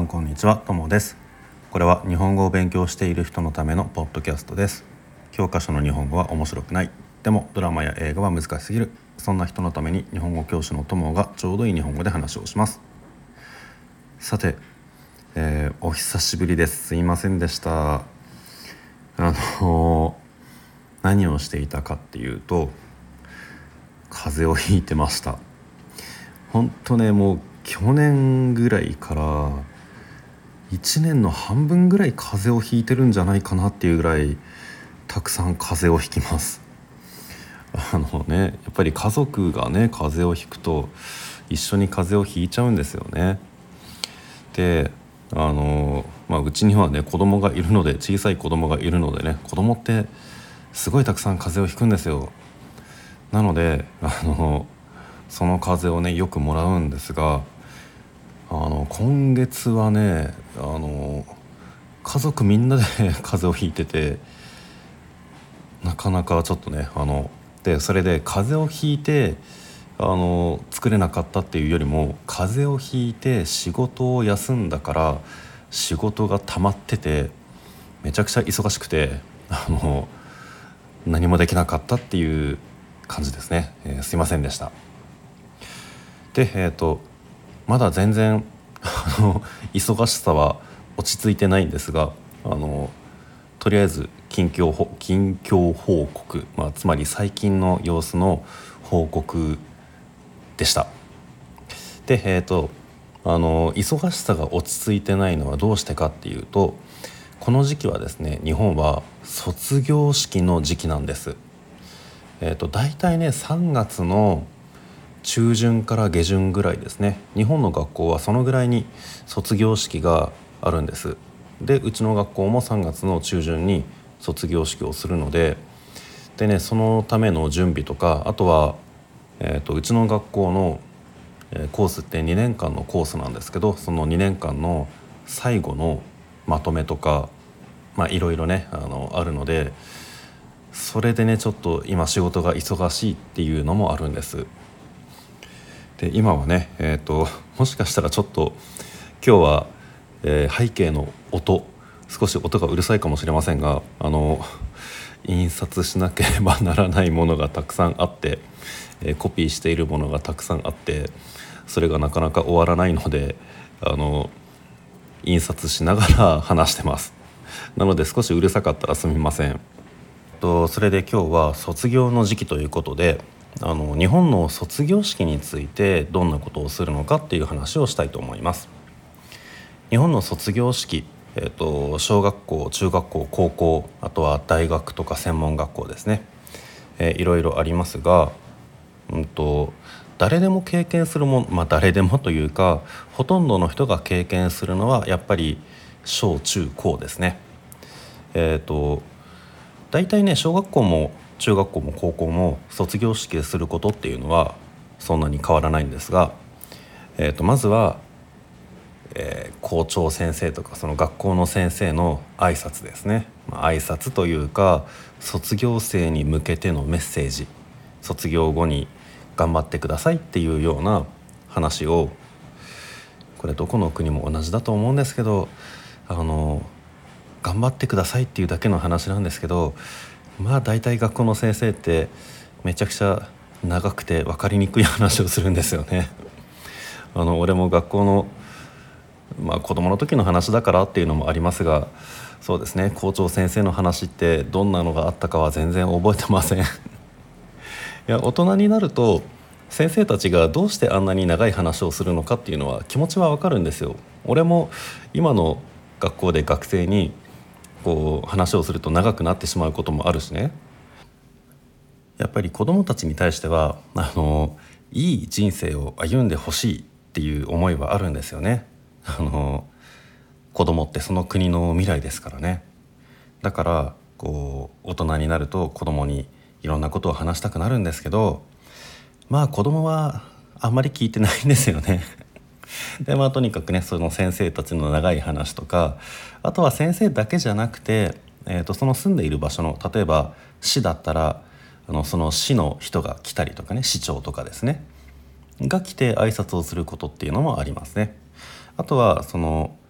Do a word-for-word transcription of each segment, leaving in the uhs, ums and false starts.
んこんにちは、ともです。これは日本語を勉強している人のためのポッドキャストです。教科書の日本語は面白くない、でもドラマや映画は難しすぎる、そんな人のために日本語教師のともがちょうどいい日本語で話をします。さて、えー、お久しぶりです。すいませんでした。あのー、何をしていたかっていうと、風邪をひいてました。本当ね、もう去年ぐらいからいちねんの半分ぐらい風邪をひいてるんじゃないかなっていうぐらいたくさん風邪をひきます。あのね、やっぱり家族がね風邪をひくと一緒に風邪をひいちゃうんですよね。で、あの、まあ、うちにはね子供がいるので小さい子供がいるのでね、子供ってすごいたくさん風邪をひくんですよ。なのであのその風邪をねよくもらうんですが、あの今月はねあの家族みんなで風邪をひいてて、なかなかちょっとねあのでそれで風邪をひいてあの作れなかったっていうよりも、風邪をひいて仕事を休んだから仕事が溜まっててめちゃくちゃ忙しくて、あの何もできなかったっていう感じですね、えー、すいませんでした。で、えーとまだ全然あの忙しさは落ち着いてないんですが、あのとりあえず近況ほ近況報告、まあ、つまり最近の様子の報告でした。で、えーとあの忙しさが落ち着いてないのはどうしてかっていうと、この時期はですね日本は卒業式の時期なんです。えーとだいたいねさんがつの中旬から下旬ぐらいですね。日本の学校はそのぐらいに卒業式があるんです。で、うちの学校もさんがつの中旬に卒業式をするので、でねそのための準備とか、あとは、えーとうちの学校の、えーコースってにねんかんのコースなんですけど、そのにねんかんの最後のまとめとか、まあいろいろねあのあるので、それでねちょっと今仕事が忙しいっていうのもあるんです。で今はね、えーと、もしかしたらちょっと今日は、えー背景の音少し音がうるさいかもしれませんが、あの印刷しなければならないものがたくさんあって、えーコピーしているものがたくさんあって、それがなかなか終わらないので、あの印刷しながら話してます。なので少しうるさかったらすみません。とそれで今日は卒業の時期ということで、あの日本の卒業式についてどんなことをするのかっていう話をしたいと思います。日本の卒業式、えーと、小学校、中学校、高校、あとは大学とか専門学校ですね、えーいろいろありますが、うんと誰でも経験するもん、まあ誰でもというかほとんどの人が経験するのはやっぱり小中高ですね。えーと大体ね小学校も中学校も高校も卒業式することっていうのはそんなに変わらないんですが、えー、とまずは、えー校長先生とかその学校の先生の挨拶ですね、まあ、挨拶というか卒業生に向けてのメッセージ、卒業後に頑張ってくださいっていうような話を、これどこの国も同じだと思うんですけど、あの頑張ってくださいっていうだけの話なんですけど、まあ大体学校の先生ってめちゃくちゃ長くて分かりにくい話をするんですよね。あの俺も学校の、まあ、子供の時の話だからっていうのもありますが、そうですね、校長先生の話ってどんなのがあったかは全然覚えてません。いや、大人になると先生たちがどうしてあんなに長い話をするのかっていうのは気持ちは分かるんですよ。俺も今の学校で学生にこう話をすると長くなってしまうこともあるしね。やっぱり子どもたちに対してはあのいい人生を歩んでほしいっていう思いはあるんですよね。あの子供ってその国の未来ですからね。だからこう大人になると子供にいろんなことを話したくなるんですけど、まあ子供はあんまり聞いてないんですよね。でまあとにかくねその先生たちの長い話とか、あとは先生だけじゃなくて、えー、とその住んでいる場所の例えば市だったらあのその市の人が来たりとかね、市長とかですねが来て挨拶をすることっていうのもありますね。あとはその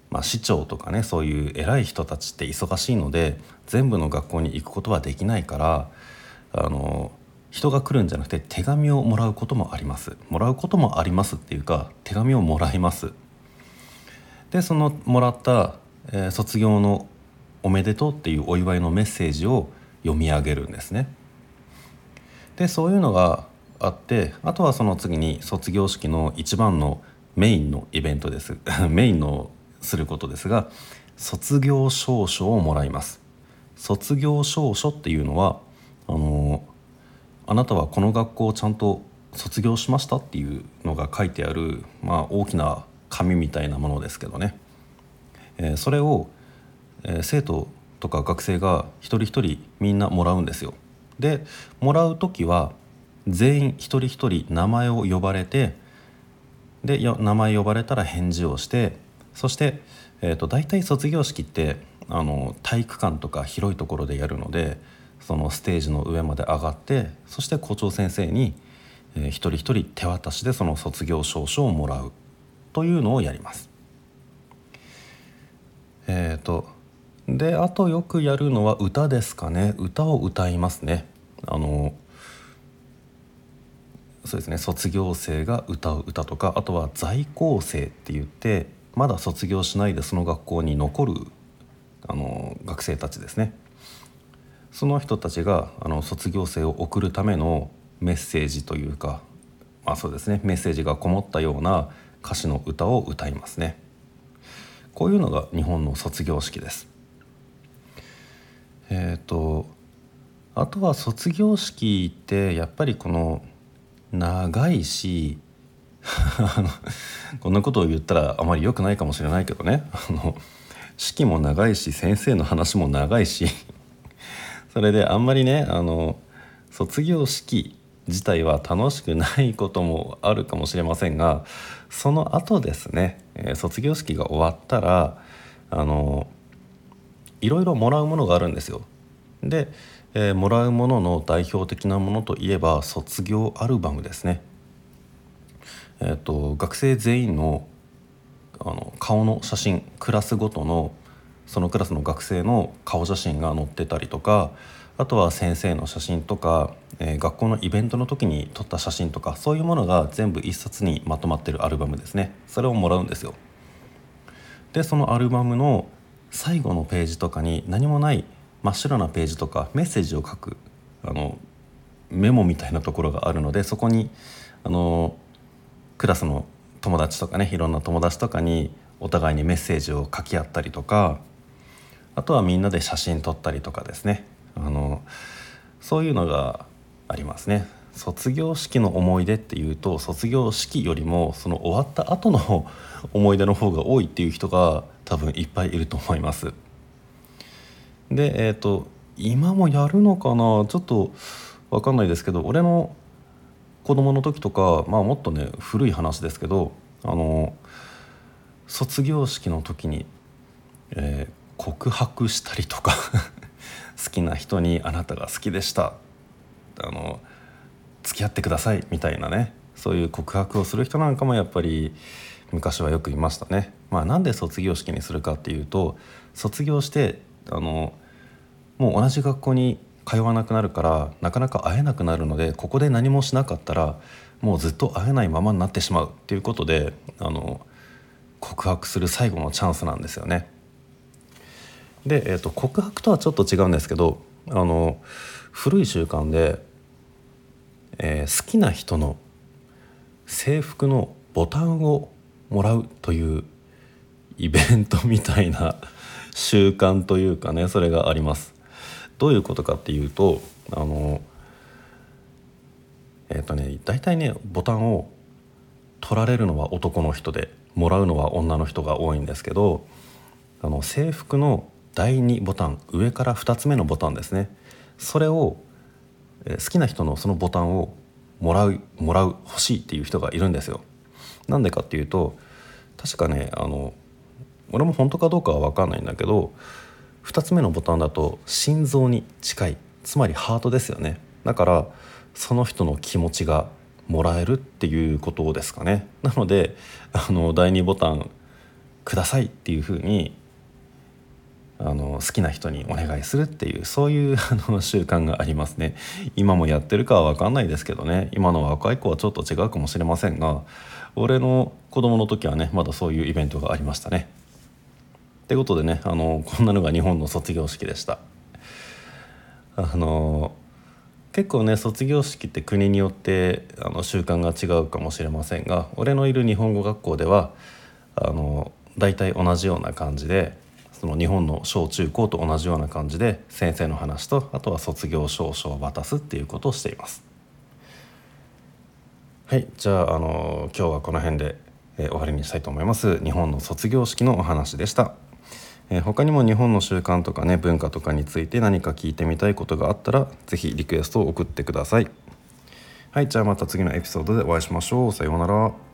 まあ、市長とかね、そういう偉い人たちって忙しいので全部の学校に行くことはできないから、あの人が来るんじゃなくて手紙をもらうこともありますもらうこともありますっていうか、手紙をもらいます。でそのもらった、えー卒業のおめでとうっていうお祝いのメッセージを読み上げるんですね。でそういうのがあって、あとはその次に卒業式の一番のメインのイベントですメインのすることですが、卒業証書をもらいます。卒業証書っていうのはあのあなたはこの学校をちゃんと卒業しましたっていうのが書いてある、まあ、大きな紙みたいなものですけどね、えーそれを、えー生徒とか学生が一人一人みんなもらうんですよ。でもらう時は全員一人一人名前を呼ばれて、でよ名前呼ばれたら返事をして、そして、えー、と大体卒業式ってあの体育館とか広いところでやるので、そのステージの上まで上がって、そして校長先生に、えー一人一人手渡しでその卒業証書をもらうというのをやります。えー、とであとよくやるのは歌ですかね。歌を歌いますね。あのそうですね、卒業生が歌う歌とか、あとは在校生って言ってまだ卒業しないでその学校に残るあの学生たちですね。その人たちがあの卒業生を送るためのメッセージというか、まあそうですね、メッセージがこもったような歌詞の歌を歌いますね。こういうのが日本の卒業式です。えっ、とあとは卒業式ってやっぱりこの長いしあのこんなことを言ったらあまり良くないかもしれないけどね、あの式も長いし先生の話も長いしそれであんまりね、あの卒業式自体は楽しくないこともあるかもしれませんが、その後ですね、えー卒業式が終わったらあのいろいろもらうものがあるんですよ。で、えーもらうものの代表的なものといえば卒業アルバムですね。えー、と学生全員の、あの顔の写真、クラスごとのそのクラスの学生の顔写真が載ってたりとか、あとは先生の写真とか、えー学校のイベントの時に撮った写真とか、そういうものが全部一冊にまとまってるアルバムですね。それをもらうんですよ。でそのアルバムの最後のページとかに何もない真っ白なページとかメッセージを書くあのメモみたいなところがあるので、そこにあのクラスの友達とかね、いろんな友達とかにお互いにメッセージを書き合ったりとか、あとはみんなで写真撮ったりとかですね、あのそういうのがありますね。卒業式の思い出っていうと、卒業式よりもその終わった後の思い出の方が多いっていう人が多分いっぱいいると思います。でえっ、と今もやるのかな、ちょっと分かんないですけど、俺の子供の時とか、まあもっとね古い話ですけど、あの卒業式の時に、えー告白したりとか好きな人にあなたが好きでした、あの付き合ってくださいみたいなね、そういう告白をする人なんかもやっぱり昔はよくいましたね。まあなんで卒業式にするかっていうと、卒業してあのもう同じ学校に通わなくなるからなかなか会えなくなるので、ここで何もしなかったらもうずっと会えないままになってしまうっていうことで、あの告白する最後のチャンスなんですよね。で、えーと告白とはちょっと違うんですけど、あの古い習慣で、えー好きな人の制服のボタンをもらうというイベントみたいな習慣というかね、それがあります。どういうことかっていうと、あのえっ、とね大体ねボタンを取られるのは男の人でもらうのは女の人が多いんですけど、あの制服のだいにボタン、上からふたつめのボタンですね、それを、えー好きな人のそのボタンをもらうもらう欲しいっていう人がいるんですよ。なんでかっていうと、確かね、あの俺も本当かどうかは分かんないんだけど、ふたつめのボタンだと心臓に近い、つまりハートですよね。だからその人の気持ちがもらえるっていうことですかね。なのであのだいにボタンくださいっていうふうにあの好きな人にお願いするっていう、そういうあの習慣がありますね。今もやってるかは分かんないですけどね、今の若い子はちょっと違うかもしれませんが、俺の子供の時はねまだそういうイベントがありましたね。ってことでね、あのこんなのが日本の卒業式でした。あの結構ね卒業式って国によってあの習慣が違うかもしれませんが、俺のいる日本語学校ではあの大体同じような感じで、その日本の小中高と同じような感じで先生の話と、あとは卒業証書を渡すっていうことをしています。はい、じゃあ、あの今日はこの辺で、えー終わりにしたいと思います。日本の卒業式のお話でした。えー他にも日本の習慣とかね文化とかについて何か聞いてみたいことがあったら、ぜひリクエストを送ってください。はい、じゃあまた次のエピソードでお会いしましょう。さようなら。